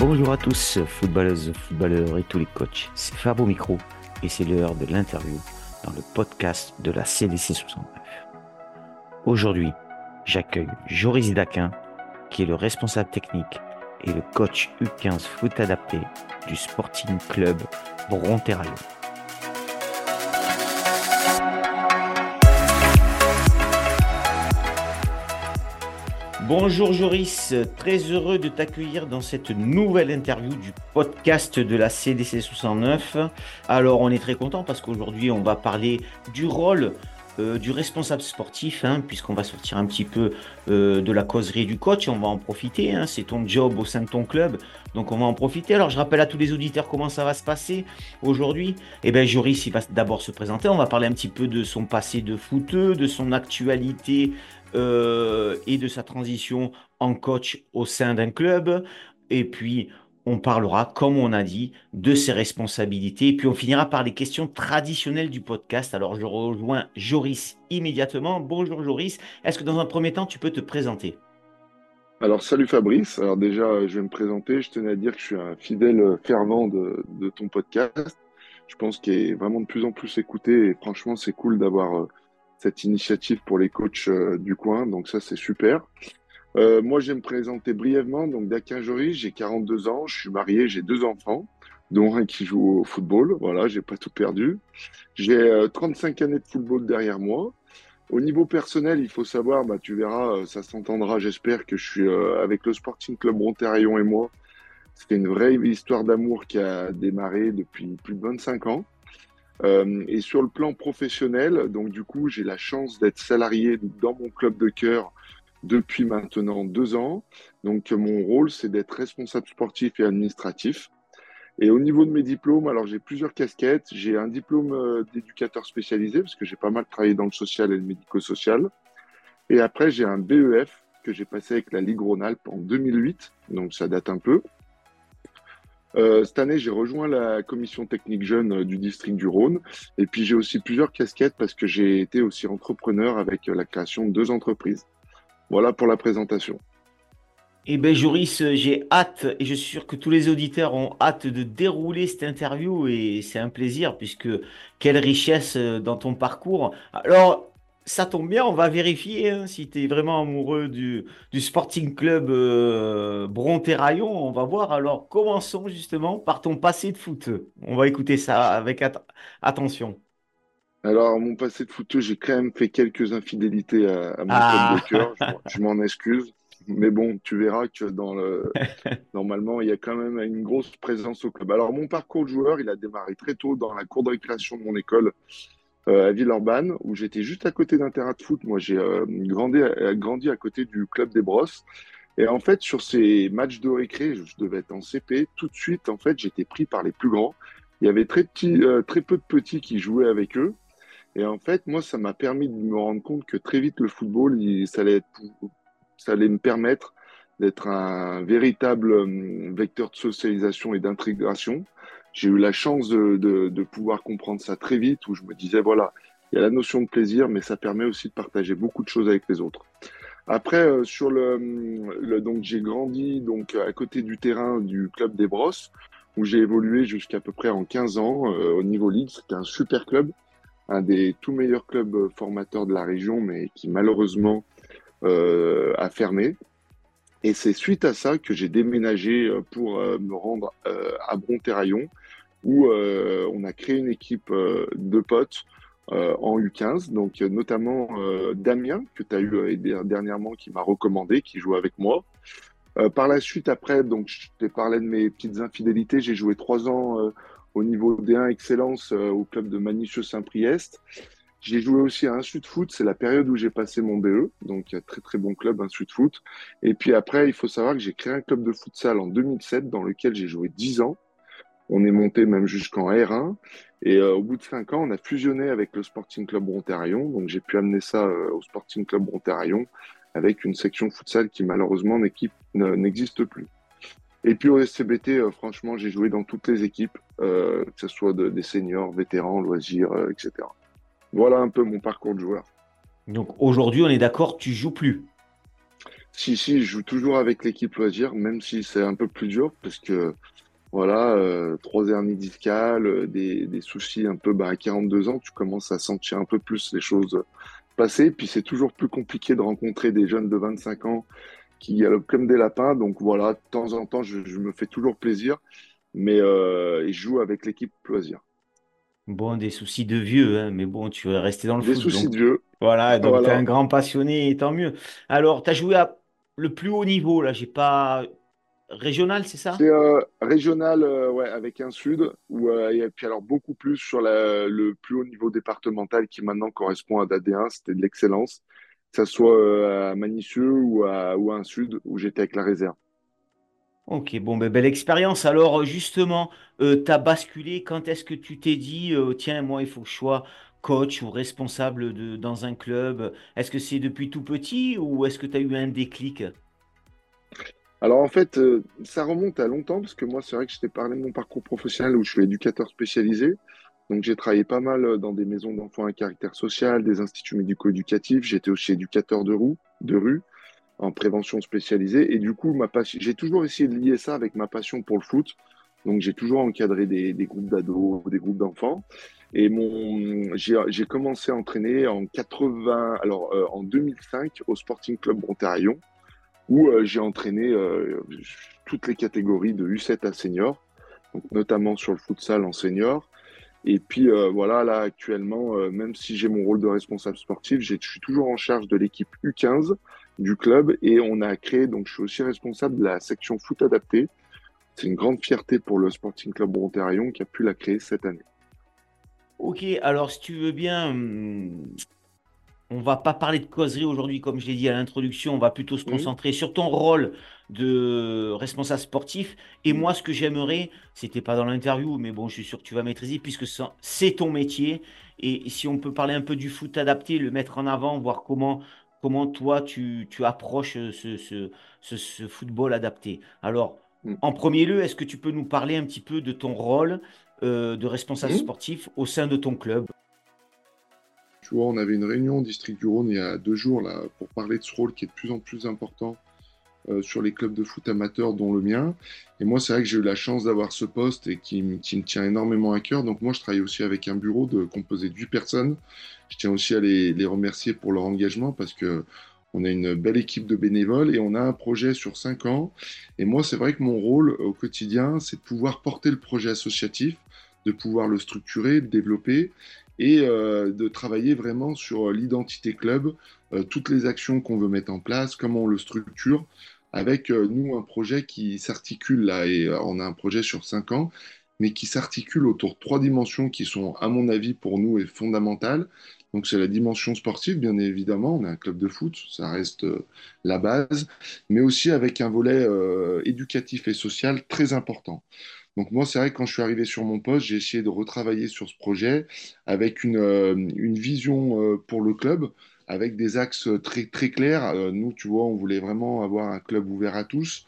Bonjour à tous, footballeuses, footballeurs et tous les coachs. C'est Fab au micro et c'est l'heure de l'interview dans le podcast de la CDC 69. Aujourd'hui, j'accueille Joris Daquin, qui est le responsable technique et le coach U15 foot adapté du Sporting Club Bronterraillon. Bonjour Joris, très heureux de t'accueillir dans cette nouvelle interview du podcast de la CDC 69. Alors on est très content parce qu'aujourd'hui on va parler du rôle du responsable sportif, puisqu'on va sortir un petit peu de la causerie du coach, on va en profiter, c'est ton job au sein de ton club, donc on va en profiter. Alors je rappelle à tous les auditeurs comment ça va se passer aujourd'hui. Eh bien Joris, il va d'abord se présenter, on va parler un petit peu de son passé de footeux, de son actualité et de sa transition en coach au sein d'un club. Et puis, on parlera, comme on a dit, de ses responsabilités. Et puis, on finira par les questions traditionnelles du podcast. Alors, je rejoins Joris immédiatement. Bonjour Joris. Est-ce que dans un premier temps, tu peux te présenter? Alors, salut Fabrice. Alors déjà, je vais me présenter. Je tenais à dire que je suis un fidèle fervent de ton podcast. Je pense qu'il est vraiment de plus en plus écouté et franchement, c'est cool d'avoir cette initiative pour les coachs du coin. Donc ça, c'est super. Moi, je vais me présenter brièvement. Donc, Daquin Joris, j'ai 42 ans, je suis marié, j'ai deux enfants, dont un qui joue au football. Voilà, j'ai pas tout perdu. J'ai 35 années de football derrière moi. Au niveau personnel, il faut savoir, bah, tu verras, ça s'entendra, j'espère que je suis avec le Sporting Club Ronterraillon et moi. C'était une vraie histoire d'amour qui a démarré depuis plus de 25 ans. Et sur le plan professionnel, donc du coup, j'ai la chance d'être salarié dans mon club de cœur depuis maintenant 2 ans. Donc mon rôle, c'est d'être responsable sportif et administratif. Et au niveau de mes diplômes, alors j'ai plusieurs casquettes. J'ai un diplôme d'éducateur spécialisé parce que j'ai pas mal travaillé dans le social et le médico-social. Et après, j'ai un BEF que j'ai passé avec la Ligue Rhône-Alpes en 2008, donc ça date un peu. Cette année, j'ai rejoint la commission technique jeune du district du Rhône. Et puis, j'ai aussi plusieurs casquettes parce que j'ai été aussi entrepreneur avec la création de deux entreprises. Voilà pour la présentation. Eh bien, Joris, j'ai hâte et je suis sûr que tous les auditeurs ont hâte de dérouler cette interview et c'est un plaisir puisque quelle richesse dans ton parcours. Alors, ça tombe bien, on va vérifier si tu es vraiment amoureux du Sporting Club Bronterraillon. On va voir. Alors, commençons justement par ton passé de foot. On va écouter ça avec attention. Alors, mon passé de footeux, j'ai quand même fait quelques infidélités à mon club de Ah, cœur. Je m'en excuse. Mais bon, tu verras que normalement, il y a quand même une grosse présence au club. Alors, mon parcours de joueur, il a démarré très tôt dans la cour de récréation de mon école à Villeurbanne, où j'étais juste à côté d'un terrain de foot. Moi, j'ai grandi à côté du club des Brosses. Et en fait, sur ces matchs de récré, je devais être en CP. Tout de suite, en fait, j'étais pris par les plus grands. Il y avait très peu de petits qui jouaient avec eux. Et en fait, moi, ça m'a permis de me rendre compte que très vite, le football, ça allait me permettre d'être un véritable vecteur de socialisation et d'intégration. J'ai eu la chance de pouvoir comprendre ça très vite, où je me disais, voilà, il y a la notion de plaisir, mais ça permet aussi de partager beaucoup de choses avec les autres. Après, donc j'ai grandi donc à côté du terrain du club des Brosses, où j'ai évolué jusqu'à peu près en 15 ans au niveau ligue. C'était un super club, un des tout meilleurs clubs formateurs de la région, mais qui malheureusement a fermé. Et c'est suite à ça que j'ai déménagé pour me rendre à Bronterraillon, où on a créé une équipe de potes en U15, donc notamment Damien, que tu as eu dernièrement, qui m'a recommandé, qui joue avec moi. Par la suite, après, donc je t'ai parlé de mes petites infidélités. J'ai joué 3 ans au niveau D1 Excellence au club de Manicheux Saint-Priest. J'ai joué aussi à un Sud Foot, c'est la période où j'ai passé mon BE, donc très très bon club, un Sud Foot. Et puis après, il faut savoir que j'ai créé un club de futsal en 2007 dans lequel j'ai joué 10 ans. On est monté même jusqu'en R1. Et au bout de 5 ans, on a fusionné avec le Sporting Club Ronterraillon. Donc j'ai pu amener ça au Sporting Club Ronterraillon avec une section futsal qui malheureusement n'existe plus. Et puis au SCBT, franchement, j'ai joué dans toutes les équipes, que ce soit des seniors, vétérans, loisirs, etc. Voilà un peu mon parcours de joueur. donc aujourd'hui, on est d'accord, tu joues plus. Si, je joue toujours avec l'équipe loisir, même si c'est un peu plus dur, parce que voilà, trois hernies discales, des soucis un peu, bah, à 42 ans, tu commences à sentir un peu plus les choses passer. Puis c'est toujours plus compliqué de rencontrer des jeunes de 25 ans qui galopent comme des lapins. Donc voilà, de temps en temps, je me fais toujours plaisir, mais et je joue avec l'équipe loisir. Bon, des soucis de vieux, hein, mais bon, tu es resté dans le Des foot, soucis donc de vieux, voilà, donc tu es un voilà. grand passionné, et tant mieux. Alors, tu as joué à le plus haut niveau, là, j'ai pas... Régional, c'est ça? C'est régional, ouais, avec un sud, et puis alors beaucoup plus sur le plus haut niveau départemental qui maintenant correspond à d'AD1, c'était de l'excellence, que ça soit à Manicieux ou à un sud où j'étais avec la réserve. Ok, bon, ben, belle expérience. Alors, justement, tu as basculé, quand est-ce que tu t'es dit, tiens, moi, il faut que je sois coach ou responsable dans un club? Est-ce que c'est depuis tout petit ou est-ce que tu as eu un déclic? Alors en fait, ça remonte à longtemps parce que moi, c'est vrai que je t'ai parlé de mon parcours professionnel où je suis éducateur spécialisé. Donc j'ai travaillé pas mal dans des maisons d'enfants à caractère social, des instituts médico-éducatifs. J'étais aussi éducateur de rue en prévention spécialisée. Et du coup, j'ai toujours essayé de lier ça avec ma passion pour le foot. Donc j'ai toujours encadré des groupes d'ados, des groupes d'enfants. Et j'ai commencé à entraîner en 80, alors en 2005 au Sporting Club Ontario où j'ai entraîné toutes les catégories de U7 à senior, donc notamment sur le futsal en senior. Et puis voilà, là actuellement, même si j'ai mon rôle de responsable sportif, je suis toujours en charge de l'équipe U15 du club et on a créé, donc je suis aussi responsable de la section foot adapté. C'est une grande fierté pour le Sporting Club Rontarion qui a pu la créer cette année. Ok, alors si tu veux bien, on va pas parler de causerie aujourd'hui, comme je l'ai dit à l'introduction, on va plutôt se Mmh, concentrer sur ton rôle de responsable sportif. Et mmh, moi, ce que j'aimerais, c'était pas dans l'interview, mais bon, je suis sûr que tu vas maîtriser puisque c'est ton métier. Et si on peut parler un peu du foot adapté, le mettre en avant, voir comment toi, tu approches ce football adapté. Alors, mmh, en premier lieu, est-ce que tu peux nous parler un petit peu de ton rôle de responsable mmh. sportif au sein de ton club? Tu vois, on avait une réunion au district du Rhône il y a 2 jours là, pour parler de ce rôle qui est de plus en plus important sur les clubs de foot amateurs, dont le mien. Et moi, c'est vrai que j'ai eu la chance d'avoir ce poste et qui me tient énormément à cœur. Donc moi, je travaille aussi avec un bureau composé de 8 personnes. Je tiens aussi à les remercier pour leur engagement parce que on a une belle équipe de bénévoles et on a un projet sur 5 ans. Et moi, c'est vrai que mon rôle au quotidien, c'est de pouvoir porter le projet associatif, de pouvoir le structurer, le développer et de travailler vraiment sur l'identité club, toutes les actions qu'on veut mettre en place, comment on le structure, avec nous un projet qui s'articule là, et on a un projet sur 5 ans, mais qui s'articule autour de trois dimensions qui sont, à mon avis, pour nous, fondamentales. Donc c'est la dimension sportive, bien évidemment, on a un club de foot, ça reste la base, mais aussi avec un volet éducatif et social très important. Donc moi, c'est vrai que quand je suis arrivé sur mon poste, j'ai essayé de retravailler sur ce projet avec une vision pour le club, avec des axes très, très clairs. Nous, tu vois, on voulait vraiment avoir un club ouvert à tous,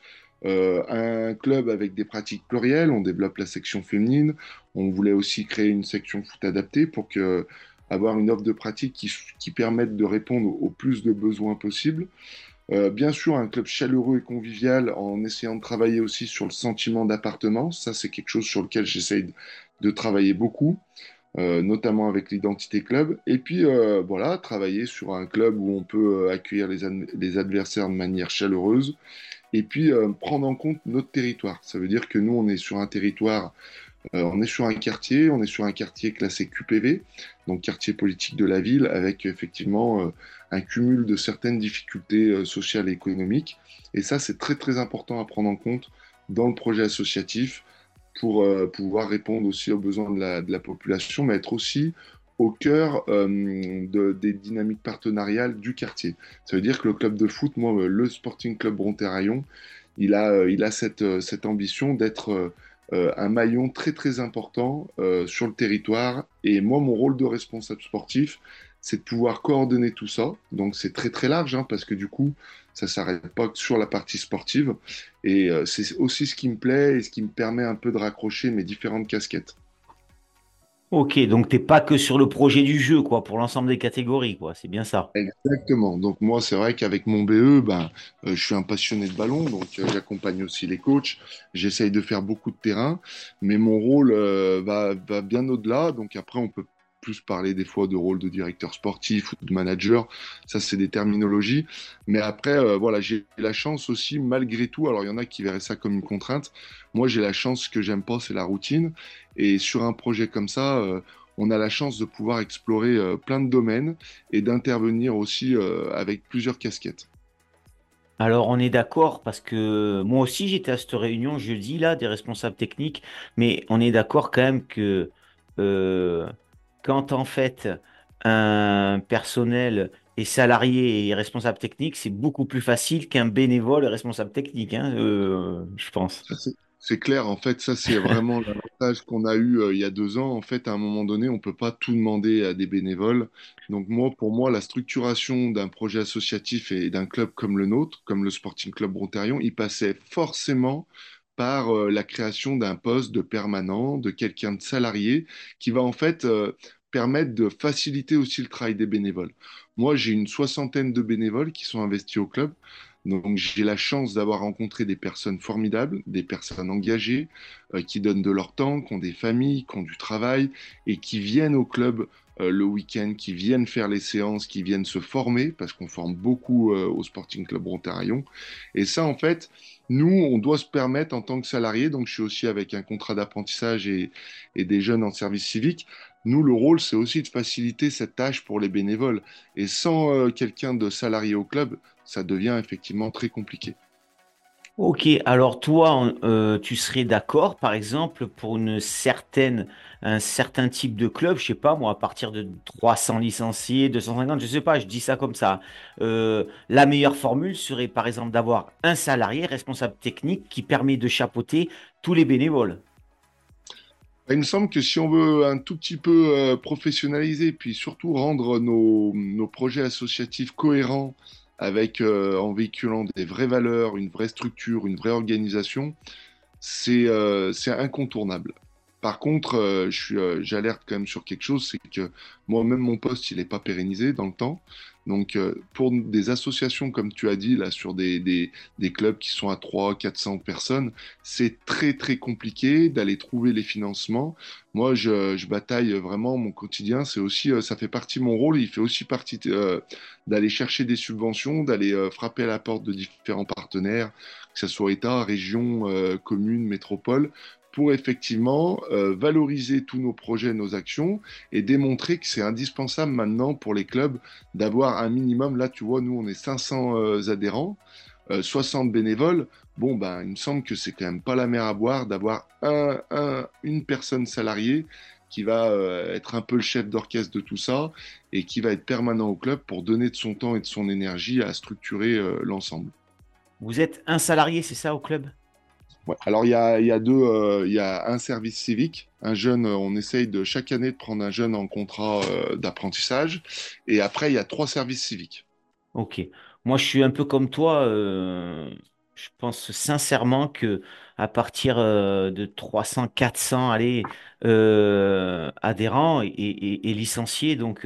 un club avec des pratiques plurielles. On développe la section féminine. On voulait aussi créer une section foot adaptée pour avoir une offre de pratique qui permette de répondre au plus de besoins possibles. Bien sûr, un club chaleureux et convivial en essayant de travailler aussi sur le sentiment d'appartenance. Ça, c'est quelque chose sur lequel j'essaye de travailler beaucoup, notamment avec l'identité club. Et puis, voilà, travailler sur un club où on peut accueillir les adversaires de manière chaleureuse. Et puis, prendre en compte notre territoire. Ça veut dire que nous, on est sur un territoire on est sur un quartier classé QPV, donc quartier politique de la ville, avec effectivement un cumul de certaines difficultés sociales et économiques. Et ça, c'est très très important à prendre en compte dans le projet associatif pour pouvoir répondre aussi aux besoins de la population, mais être aussi au cœur des dynamiques partenariales du quartier. Ça veut dire que le club de foot, moi, le Sporting Club Bronterraillon, il a cette ambition d'être un maillon très très important sur le territoire. Et moi, mon rôle de responsable sportif, c'est de pouvoir coordonner tout ça. Donc c'est très très large, hein, parce que du coup, ça s'arrête pas que sur la partie sportive. Et c'est aussi ce qui me plaît et ce qui me permet un peu de raccrocher mes différentes casquettes. Ok, donc t'es pas que sur le projet du jeu, quoi, pour l'ensemble des catégories, quoi. C'est bien ça. Exactement. Donc moi, c'est vrai qu'avec mon BE, je suis un passionné de ballon, donc j'accompagne aussi les coachs. J'essaye de faire beaucoup de terrain, mais mon rôle va bien au-delà. Donc après, on peut plus parler des fois de rôle de directeur sportif ou de manager. Ça, c'est des terminologies. Mais après, voilà, j'ai la chance aussi, malgré tout. Alors il y en a qui verraient ça comme une contrainte. Moi, j'ai la chance, ce que j'aime pas, c'est la routine. Et sur un projet comme ça, on a la chance de pouvoir explorer plein de domaines et d'intervenir aussi avec plusieurs casquettes. Alors, on est d'accord parce que moi aussi, j'étais à cette réunion jeudi, là, des responsables techniques, mais on est d'accord quand même que euh, quand en fait un personnel est salarié et responsable technique, c'est beaucoup plus facile qu'un bénévole responsable technique, hein, je pense. Ça, c'est clair, en fait, ça c'est vraiment l'avantage qu'on a eu il y a 2 ans. En fait, à un moment donné, on peut pas tout demander à des bénévoles. Donc moi, pour moi, la structuration d'un projet associatif et d'un club comme le nôtre, comme le Sporting Club Brontarion, il passait forcément par la création d'un poste de permanent, de quelqu'un de salarié, qui va en fait permettre de faciliter aussi le travail des bénévoles. Moi, j'ai une soixantaine de bénévoles qui sont investis au club. Donc j'ai la chance d'avoir rencontré des personnes formidables, des personnes engagées, qui donnent de leur temps, qui ont des familles, qui ont du travail et qui viennent au club le week-end, qui viennent faire les séances, qui viennent se former, parce qu'on forme beaucoup au Sporting Club Rontarion. Et ça, en fait, nous, on doit se permettre en tant que salarié, donc je suis aussi avec un contrat d'apprentissage et des jeunes en service civique. Nous, le rôle, c'est aussi de faciliter cette tâche pour les bénévoles. Et sans quelqu'un de salarié au club, ça devient effectivement très compliqué. Ok, alors toi, tu serais d'accord, par exemple, pour un certain type de club, je sais pas, moi, à partir de 300 licenciés, 250, je sais pas, je dis ça comme ça. La meilleure formule serait, par exemple, d'avoir un salarié responsable technique qui permet de chapeauter tous les bénévoles. Il me semble que si on veut un tout petit peu professionnaliser, puis surtout rendre nos projets associatifs cohérents avec, en véhiculant des vraies valeurs, une vraie structure, une vraie organisation, c'est incontournable. Par contre, j'alerte quand même sur quelque chose, c'est que moi-même, mon poste, il n'est pas pérennisé dans le temps. Donc, pour des associations, comme tu as dit, là, sur des clubs qui sont à 300, 400 personnes, c'est très, très compliqué d'aller trouver les financements. Moi, je bataille vraiment mon quotidien. C'est aussi, ça fait partie de mon rôle. Il fait aussi partie d'aller chercher des subventions, d'aller frapper à la porte de différents partenaires, que ce soit État, région, commune, métropole, pour effectivement valoriser tous nos projets, nos actions et démontrer que c'est indispensable maintenant pour les clubs d'avoir un minimum. Là, tu vois, nous, on est 500 adhérents, 60 bénévoles. Bon, ben, il me semble que c'est quand même pas la mer à boire d'avoir une personne salariée qui va être un peu le chef d'orchestre de tout ça et qui va être permanent au club pour donner de son temps et de son énergie à structurer l'ensemble. Vous êtes un salarié, c'est ça, au club? Ouais. Alors, il y a un service civique, un jeune, on essaye de chaque année de prendre un jeune en contrat d'apprentissage, et après, il y a 3 services civiques. Ok. Moi, je suis un peu comme toi. Je pense sincèrement que à partir de 300, 400, allez, adhérents et licenciés, donc,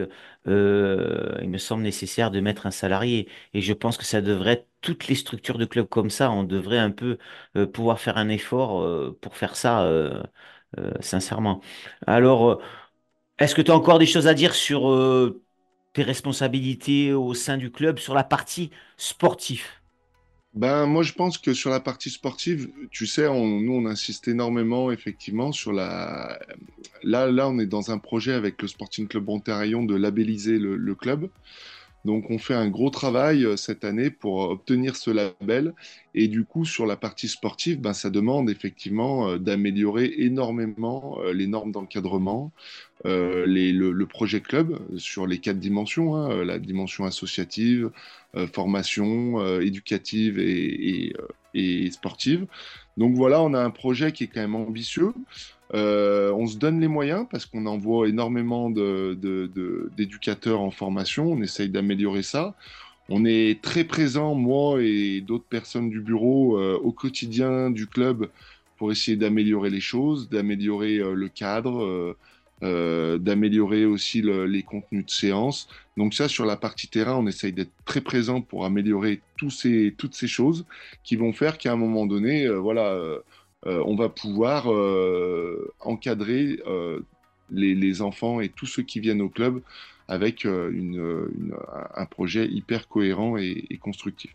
il me semble nécessaire de mettre un salarié. Et je pense que ça devrait être toutes les structures de clubs comme ça. On devrait un peu pouvoir faire un effort pour faire ça, sincèrement. Alors, est-ce que tu as encore des choses à dire sur tes responsabilités au sein du club, sur la partie sportive? Ben, moi, je pense que sur la partie sportive, tu sais, nous, on insiste énormément, effectivement, sur la... Là, on est dans un projet avec le Sporting Club Ontario de labelliser le club. Donc, on fait un gros travail cette année pour obtenir ce label. Et du coup, sur la partie sportive, ben, ça demande effectivement d'améliorer énormément les normes d'encadrement, le projet club sur les 4 dimensions, hein, la dimension associative, formation, éducative et sportive. Donc voilà, on a un projet qui est quand même ambitieux. On se donne les moyens parce qu'on envoie énormément d'éducateurs en formation. On essaye d'améliorer ça. On est très présent, moi et d'autres personnes du bureau, au quotidien du club pour essayer d'améliorer les choses, d'améliorer le cadre. d'améliorer aussi les contenus de séance. Donc ça, sur la partie terrain, on essaye d'être très présent pour améliorer toutes ces choses qui vont faire qu'à un moment donné, on va pouvoir encadrer les enfants et tous ceux qui viennent au club avec un projet hyper cohérent et constructif.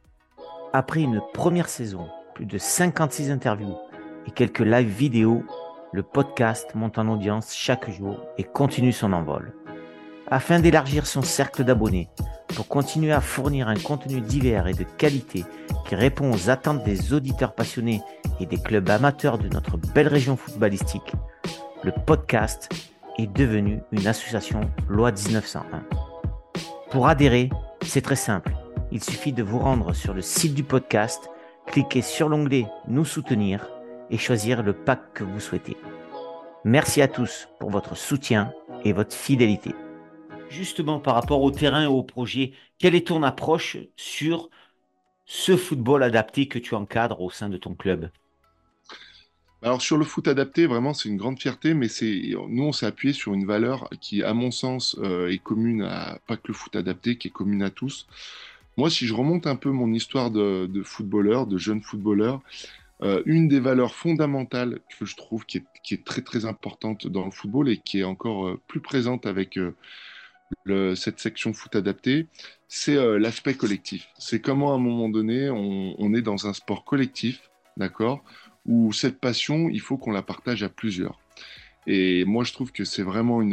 Après une première saison, plus de 56 interviews et quelques live vidéo, le podcast monte en audience chaque jour et continue son envol. Afin d'élargir son cercle d'abonnés, pour continuer à fournir un contenu divers et de qualité qui répond aux attentes des auditeurs passionnés et des clubs amateurs de notre belle région footballistique, le podcast est devenu une association loi 1901. Pour adhérer, c'est très simple. Il suffit de vous rendre sur le site du podcast, cliquer sur l'onglet « Nous soutenir » et choisir le pack que vous souhaitez. Merci à tous pour votre soutien et votre fidélité. Justement, par rapport au terrain et au projet, quelle est ton approche sur ce football adapté que tu encadres au sein de ton club? Alors sur le foot adapté, vraiment, c'est une grande fierté, mais nous, on s'est appuyé sur une valeur qui, à mon sens, est commune à, pas que le foot adapté, qui est commune à tous. Moi, si je remonte un peu mon histoire de footballeur, de jeune footballeur, une des valeurs fondamentales que je trouve qui est très très importante dans le football et qui est encore plus présente avec cette section foot adapté, c'est l'aspect collectif. C'est comment à un moment donné, on est dans un sport collectif, d'accord, où cette passion, il faut qu'on la partage à plusieurs. Et moi, je trouve que c'est vraiment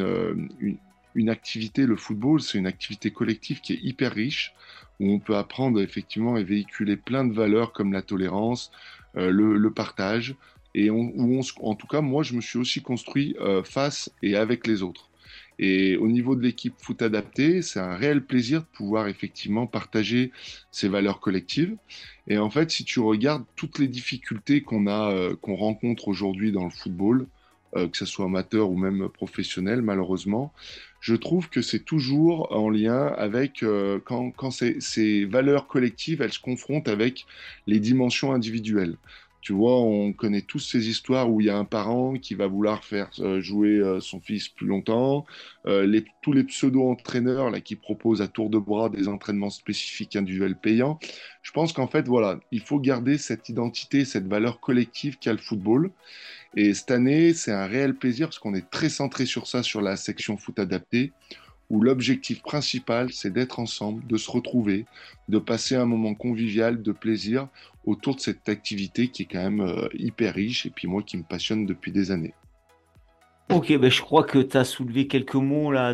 une activité, le football, c'est une activité collective qui est hyper riche, où on peut apprendre effectivement et véhiculer plein de valeurs comme la tolérance, le partage, et en tout cas, moi, je me suis aussi construit face et avec les autres. Et au niveau de l'équipe foot adapté, c'est un réel plaisir de pouvoir effectivement partager ces valeurs collectives. Et en fait, si tu regardes toutes les difficultés qu'on rencontre aujourd'hui dans le football, que ce soit amateur ou même professionnel, malheureusement, je trouve que c'est toujours en lien avec quand ces valeurs collectives, elles se confrontent avec les dimensions individuelles. Tu vois, on connaît tous ces histoires où il y a un parent qui va vouloir faire jouer son fils plus longtemps, tous les pseudo-entraîneurs là, qui proposent à tour de bras des entraînements spécifiques individuels payants. Je pense qu'en fait, voilà, il faut garder cette identité, cette valeur collective qu'a le football. Et cette année, c'est un réel plaisir parce qu'on est très centré sur ça, sur la section foot adapté, où l'objectif principal, c'est d'être ensemble, de se retrouver, de passer un moment convivial, de plaisir autour de cette activité qui est quand même hyper riche et puis moi qui me passionne depuis des années. Ok, ben je crois que tu as soulevé quelques mots là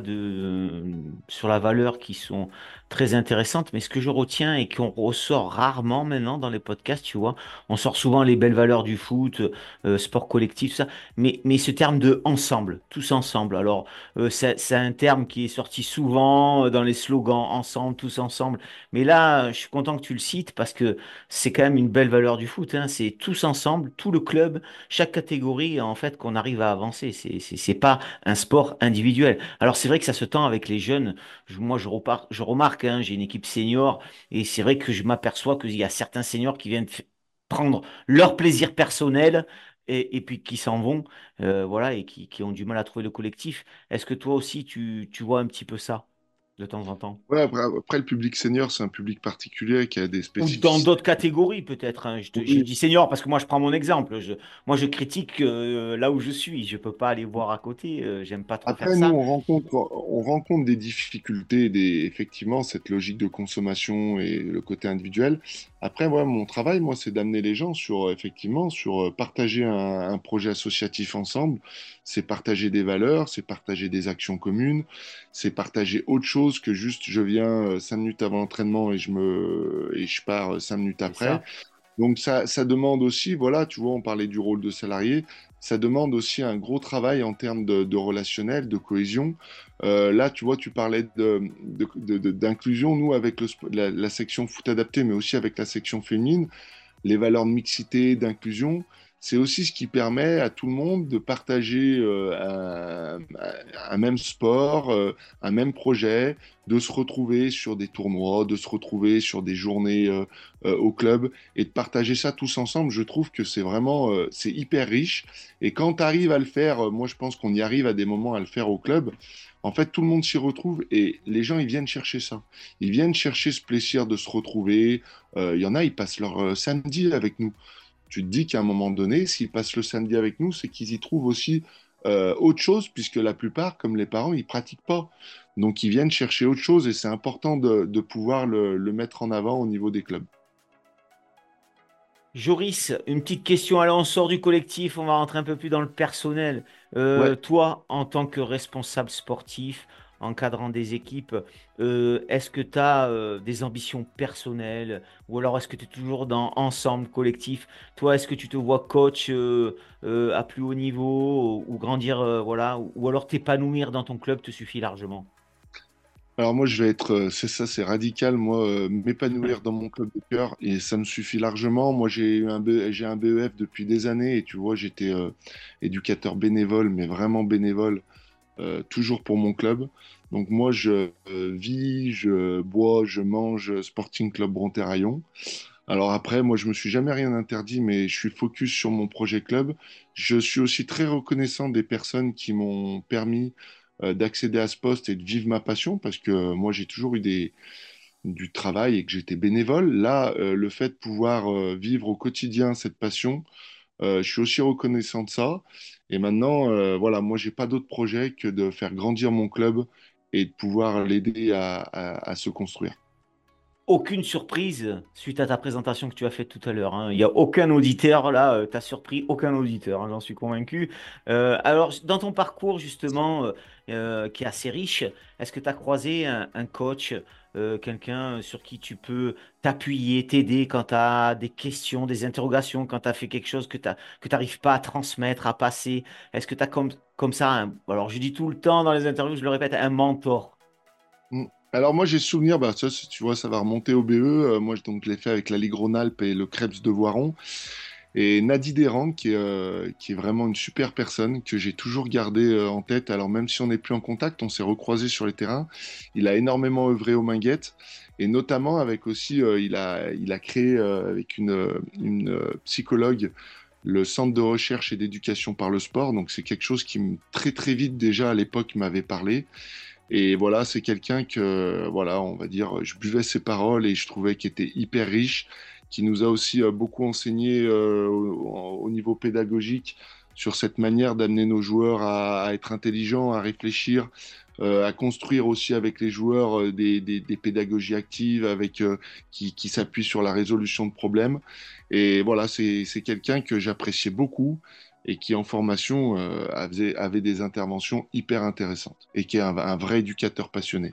sur la valeur qui sont très intéressantes, mais ce que je retiens et qu'on ressort rarement maintenant dans les podcasts, tu vois, on sort souvent les belles valeurs du foot, sport collectif, tout ça, mais ce terme de ensemble, tous ensemble. Alors, c'est un terme qui est sorti souvent dans les slogans ensemble, tous ensemble, mais là, je suis content que tu le cites parce que c'est quand même une belle valeur du foot, hein, c'est tous ensemble, tout le club chaque catégorie, en fait, qu'on arrive à avancer. C'est pas un sport individuel. Alors, c'est vrai que ça se tend avec les jeunes. Moi, je remarque, hein, j'ai une équipe senior et c'est vrai que je m'aperçois qu'il y a certains seniors qui viennent prendre leur plaisir personnel et puis qui s'en vont, voilà, et qui ont du mal à trouver le collectif. Est-ce que toi aussi, tu vois un petit peu ça de temps en temps? Ouais, après, le public senior, c'est un public particulier qui a des Ou dans spécificités. d'autres catégories, peut-être, hein. Je Oui. dis senior parce que moi, je prends mon exemple. Moi, je critique là où je suis. Je peux pas aller voir à côté. J'aime pas trop faire Après, nous, ça. on rencontre des difficultés, effectivement, cette logique de consommation et le côté individuel. Après, ouais, mon travail, moi, c'est d'amener les gens sur, effectivement, sur partager un projet associatif ensemble. C'est partager des valeurs, c'est partager des actions communes, c'est partager autre chose que juste je viens 5 minutes avant l'entraînement et je pars 5 minutes C'est après. ça. Donc ça demande aussi, voilà, tu vois, on parlait du rôle de salarié, ça demande aussi un gros travail en termes de relationnel, de cohésion. Là, tu vois, tu parlais d'inclusion, nous, avec la section foot adapté, mais aussi avec la section féminine, les valeurs de mixité, d'inclusion, c'est aussi ce qui permet à tout le monde de partager un même sport, un même projet, de se retrouver sur des tournois, de se retrouver sur des journées au club et de partager ça tous ensemble. Je trouve que c'est vraiment, c'est hyper riche. Et quand tu arrives à le faire, moi je pense qu'on y arrive à des moments à le faire au club. En fait, tout le monde s'y retrouve et les gens, ils viennent chercher ça. Ils viennent chercher ce plaisir de se retrouver. Il y en a, ils passent leur samedi avec nous. Tu te dis qu'à un moment donné, s'ils passent le samedi avec nous, c'est qu'ils y trouvent aussi autre chose, puisque la plupart, comme les parents, ils pratiquent pas. Donc, ils viennent chercher autre chose et c'est important de pouvoir le mettre en avant au niveau des clubs. Joris, une petite question. Alors, on sort du collectif, on va rentrer un peu plus dans le personnel. Ouais. Toi, en tant que responsable sportif, encadrant des équipes, est-ce que tu as des ambitions personnelles ou alors est-ce que tu es toujours dans ensemble collectif? Toi, est-ce que tu te vois coach à plus haut niveau ou grandir, voilà, ou alors t'épanouir dans ton club te suffit largement? Alors moi, je vais être, c'est ça, c'est radical, moi, m'épanouir dans mon club de cœur et ça me suffit largement. Moi, j'ai un BEF depuis des années et tu vois, j'étais éducateur bénévole, mais vraiment bénévole, toujours pour mon club. Donc moi, je vis, je bois, je mange Sporting Club Bronterraillon. Alors après, moi, je me suis jamais rien interdit, mais je suis focus sur mon projet club. Je suis aussi très reconnaissant des personnes qui m'ont permis d'accéder à ce poste et de vivre ma passion, parce que moi, j'ai toujours eu du travail et que j'étais bénévole. Là, le fait de pouvoir vivre au quotidien cette passion, je suis aussi reconnaissant de ça. Et maintenant, voilà, moi, j'ai pas d'autre projet que de faire grandir mon club et de pouvoir l'aider à se construire. Aucune surprise suite à ta présentation que tu as faite tout à l'heure, hein. Il n'y a aucun auditeur là, tu surpris aucun auditeur, hein, j'en suis convaincu. Alors, dans ton parcours justement, qui est assez riche, est-ce que tu as croisé un coach, quelqu'un sur qui tu peux t'appuyer, t'aider quand tu as des questions, des interrogations, quand tu as fait quelque chose que tu n'arrives pas à transmettre, à passer? Est-ce que tu as comme ça, alors je dis tout le temps dans les interviews, je le répète, un mentor? Mm. Alors moi j'ai souvenir, bah, ça, tu vois, ça va remonter au BE. Moi donc, je l'ai fait avec la Ligue Rhône-Alpes et le Krebs de Voiron. Et Nadi Derang, qui est vraiment une super personne que j'ai toujours gardé en tête. Alors même si on n'est plus en contact, on s'est recroisés sur les terrains. Il a énormément œuvré aux Minguettes. Et notamment avec aussi, il a créé avec une psychologue le centre de recherche et d'éducation par le sport. Donc c'est quelque chose qui très très vite déjà à l'époque m'avait parlé. Et voilà, c'est quelqu'un que, voilà, on va dire, je buvais ses paroles et je trouvais qu'il était hyper riche, qui nous a aussi beaucoup enseigné au niveau pédagogique sur cette manière d'amener nos joueurs à être intelligents, à réfléchir, à construire aussi avec les joueurs des pédagogies actives avec, qui s'appuient sur la résolution de problèmes. Et voilà, c'est quelqu'un que j'appréciais beaucoup et qui en formation avait des interventions hyper intéressantes et qui est un vrai éducateur passionné.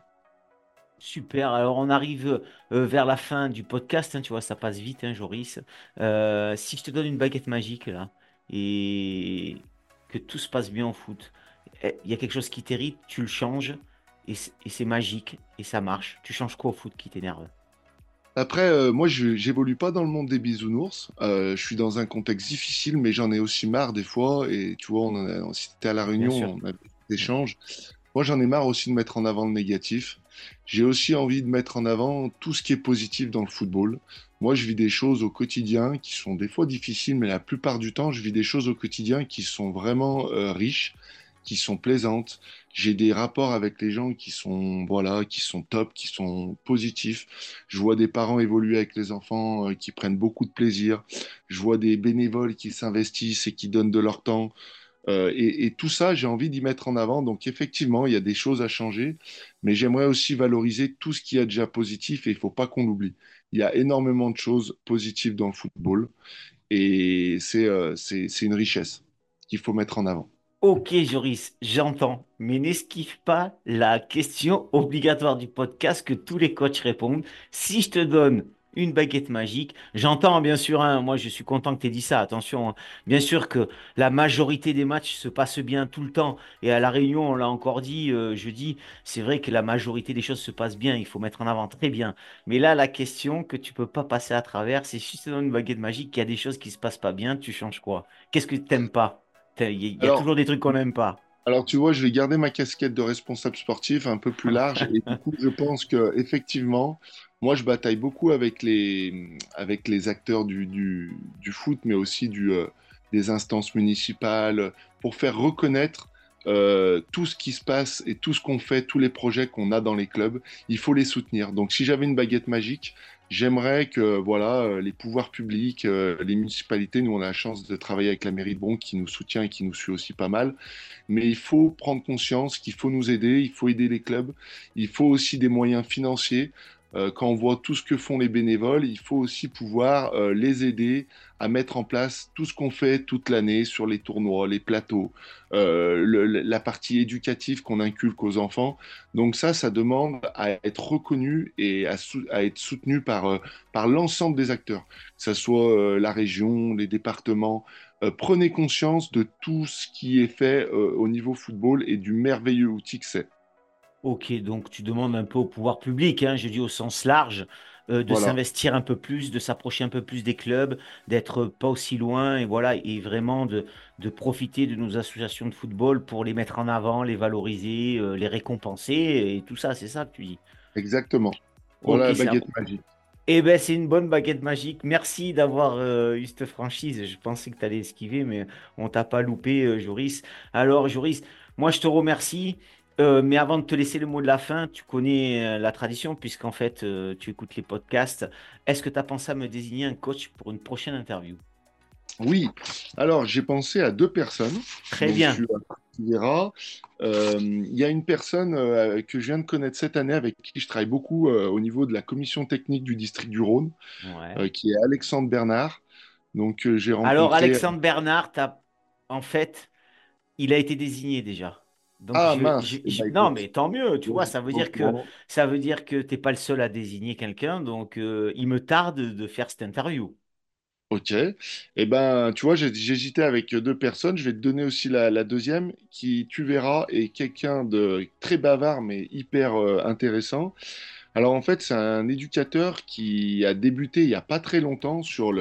Super. Alors, on arrive vers la fin du podcast, hein, tu vois, ça passe vite, hein, Joris. Si je te donne une baguette magique, là, et que tout se passe bien au foot, il y a quelque chose qui t'irrite, tu le changes, et c'est magique, et ça marche. Tu changes quoi au foot qui t'énerve? Après, moi, je j'évolue pas dans le monde des bisounours. Je suis dans un contexte difficile, mais j'en ai aussi marre des fois. Et tu vois, si t'étais à la Bien Réunion, sûr. on a des échanges. Moi, j'en ai marre aussi de mettre en avant le négatif. J'ai aussi envie de mettre en avant tout ce qui est positif dans le football. Moi, je vis des choses au quotidien qui sont des fois difficiles, mais la plupart du temps, je vis des choses au quotidien qui sont vraiment riches, qui sont plaisantes. J'ai des rapports avec les gens qui sont, voilà, qui sont top, qui sont positifs. Je vois des parents évoluer avec les enfants qui prennent beaucoup de plaisir. Je vois des bénévoles qui s'investissent et qui donnent de leur temps. Et tout ça, j'ai envie d'y mettre en avant. Donc effectivement, il y a des choses à changer, mais j'aimerais aussi valoriser tout ce qu'il y a déjà positif et il ne faut pas qu'on l'oublie. Il y a énormément de choses positives dans le football et c'est une richesse qu'il faut mettre en avant. Ok, Joris, j'entends, mais n'esquive pas la question obligatoire du podcast que tous les coachs répondent. Si je te donne une baguette magique. J'entends bien sûr, hein, moi je suis content que tu aies dit ça, attention, hein. Bien sûr que la majorité des matchs se passent bien tout le temps. Et à La Réunion, on l'a encore dit jeudi, c'est vrai que la majorité des choses se passent bien, il faut mettre en avant très bien. Mais là, la question que tu peux pas passer à travers, c'est si tu donnes une baguette magique, qu'il y a des choses qui se passent pas bien, tu changes quoi? Qu'est-ce que t'aimes pas? Il y a Alors, toujours des trucs qu'on n'aime pas. Alors, tu vois, je vais garder ma casquette de responsable sportif un peu plus large. Et du coup, je pense que effectivement, moi, je bataille beaucoup avec les acteurs du foot, mais aussi des instances municipales, pour faire reconnaître tout ce qui se passe et tout ce qu'on fait, tous les projets qu'on a dans les clubs. Il faut les soutenir. Donc, si j'avais une baguette magique, j'aimerais que voilà, les pouvoirs publics, les municipalités, nous, on a la chance de travailler avec la mairie de Bron qui nous soutient et qui nous suit aussi pas mal, mais il faut prendre conscience qu'il faut nous aider, il faut aider les clubs, il faut aussi des moyens financiers. Quand on voit tout ce que font les bénévoles, il faut aussi pouvoir les aider à mettre en place tout ce qu'on fait toute l'année sur les tournois, les plateaux, la partie éducative qu'on inculque aux enfants. Donc ça demande à être reconnu et à être soutenu par l'ensemble des acteurs, que ce soit la région, les départements. Prenez conscience de tout ce qui est fait au niveau football et du merveilleux outil que c'est. Ok, donc tu demandes un peu au pouvoir public, hein, je dis au sens large, de Voilà, s'investir un peu plus, de s'approcher un peu plus des clubs, d'être pas aussi loin, et voilà, et vraiment de profiter de nos associations de football pour les mettre en avant, les valoriser, les récompenser, et tout ça, c'est ça que tu dis. exactement. Voilà Ok, la ça. baguette magique. Eh ben, c'est une bonne baguette magique. Merci d'avoir eu cette franchise. Je pensais que tu allais esquiver, mais on t'a pas loupé, Joris. Alors, Joris, moi, je te remercie. Mais avant de te laisser le mot de la fin, tu connais la tradition, puisqu'en fait, tu écoutes les podcasts. Est-ce que tu as pensé à me désigner un coach pour une prochaine interview? Oui, alors j'ai pensé à deux personnes, Très donc bien. tu verras. Il y a une personne que je viens de connaître cette année avec qui je travaille beaucoup au niveau de la commission technique du district du Rhône, Ouais. qui est Alexandre Bernard. Donc j'ai Alors, rencontré... Alexandre Bernard, en fait, il a été désigné déjà. Donc, Ah mince, eh ben, non, écoute, mais tant mieux, tu vois, bon, ça veut dire que t'es pas le seul à désigner quelqu'un. Donc, il me tarde de faire cette interview. ok. Eh ben, tu vois, j'hésitais avec deux personnes. Je vais te donner aussi la deuxième, qui, tu verras, est quelqu'un de très bavard, mais hyper intéressant. Alors, en fait, c'est un éducateur qui a débuté il n'y a pas très longtemps sur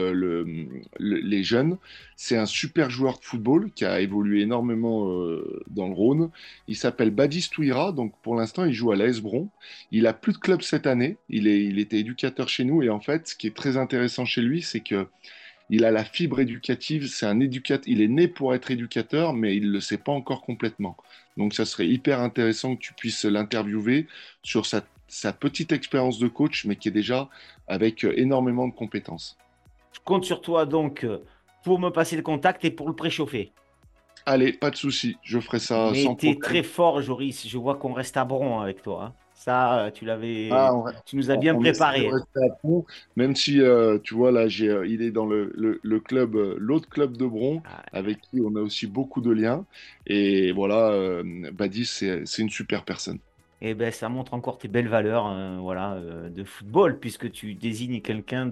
les jeunes. C'est un super joueur de football qui a évolué énormément dans le Rhône. Il s'appelle Badis Touira. Donc, pour l'instant, il joue à l'AS Bron. Il a plus de club cette année. Il était éducateur chez nous. Et en fait, ce qui est très intéressant chez lui, c'est que il a la fibre éducative, c'est un éducateur, il est né pour être éducateur, mais il ne le sait pas encore complètement. Donc ça serait hyper intéressant que tu puisses l'interviewer sur sa petite expérience de coach, mais qui est déjà avec énormément de compétences. Je compte sur toi, donc, pour me passer le contact et pour le préchauffer. Allez, pas de souci, je ferai ça Mais sans t'es problème. très fort, Joris. Je vois qu'on reste à Bron avec toi, hein. Ça, Ah, tu nous as bien on essaie de préparé. rester à fond, même si, tu vois, là, il est dans le club, l'autre club de Bron, Ah, avec qui on a aussi beaucoup de liens. Et voilà, Badis, c'est une super personne. eh ben, ça montre encore tes belles valeurs, hein, voilà, de football, puisque tu désignes quelqu'un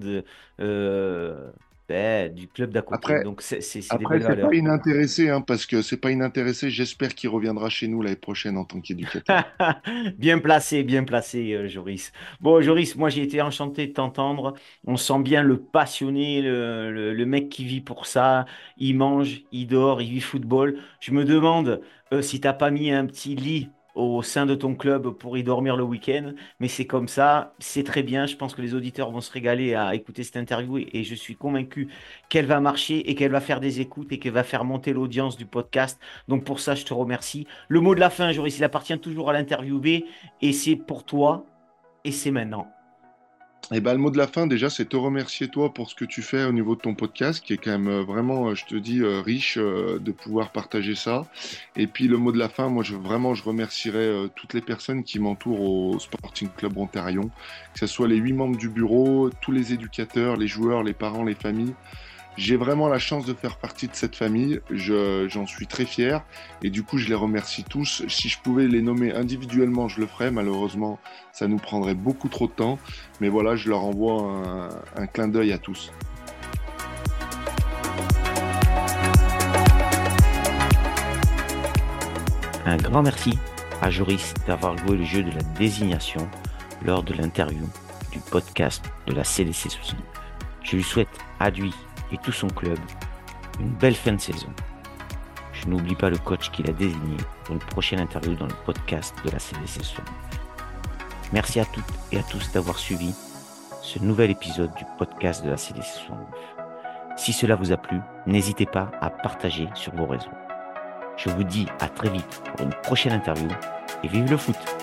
du club d'à côté. Après, Donc, c'est des Après, belles c'est pas valeurs. inintéressé, hein, parce que c'est pas inintéressé. J'espère qu'il reviendra chez nous l'année prochaine en tant qu'éducateur. Bien placé, Joris. Bon, Joris, moi j'ai été enchanté de t'entendre. On sent bien le passionné, le mec qui vit pour ça. Il mange, il dort, il vit football. Je me demande si t'as pas mis un petit lit au sein de ton club pour y dormir le week-end. Mais c'est comme ça, c'est très bien. Je pense que les auditeurs vont se régaler à écouter cette interview et je suis convaincu qu'elle va marcher et qu'elle va faire des écoutes et qu'elle va faire monter l'audience du podcast. Donc pour ça, je te remercie. Le mot de la fin, Joris, il appartient toujours à l'interviewé et c'est pour toi et c'est maintenant. Et ben, le mot de la fin, déjà, c'est te remercier toi pour ce que tu fais au niveau de ton podcast, qui est quand même vraiment, je te dis, riche de pouvoir partager ça. Et puis le mot de la fin, moi, vraiment, je remercierai toutes les personnes qui m'entourent au Sporting Club Ontarion, que ce soit les 8 membres du bureau, tous les éducateurs, les joueurs, les parents, les familles. j'ai vraiment la chance de faire partie de cette famille. J'en suis très fier. Et du coup, je les remercie tous. Si je pouvais les nommer individuellement, je le ferais. Malheureusement, ça nous prendrait beaucoup trop de temps. Mais voilà, je leur envoie un clin d'œil à tous. Un grand merci à Joris d'avoir joué le jeu de la désignation lors de l'interview du podcast de la CDC 69. Je lui souhaite à lui et tout son club une belle fin de saison. Je n'oublie pas le coach qu'il a désigné pour une prochaine interview dans le podcast de la CDC 69. Merci à toutes et à tous d'avoir suivi ce nouvel épisode du podcast de la CDC 69. Si cela vous a plu, n'hésitez pas à partager sur vos réseaux. Je vous dis à très vite pour une prochaine interview et vive le foot!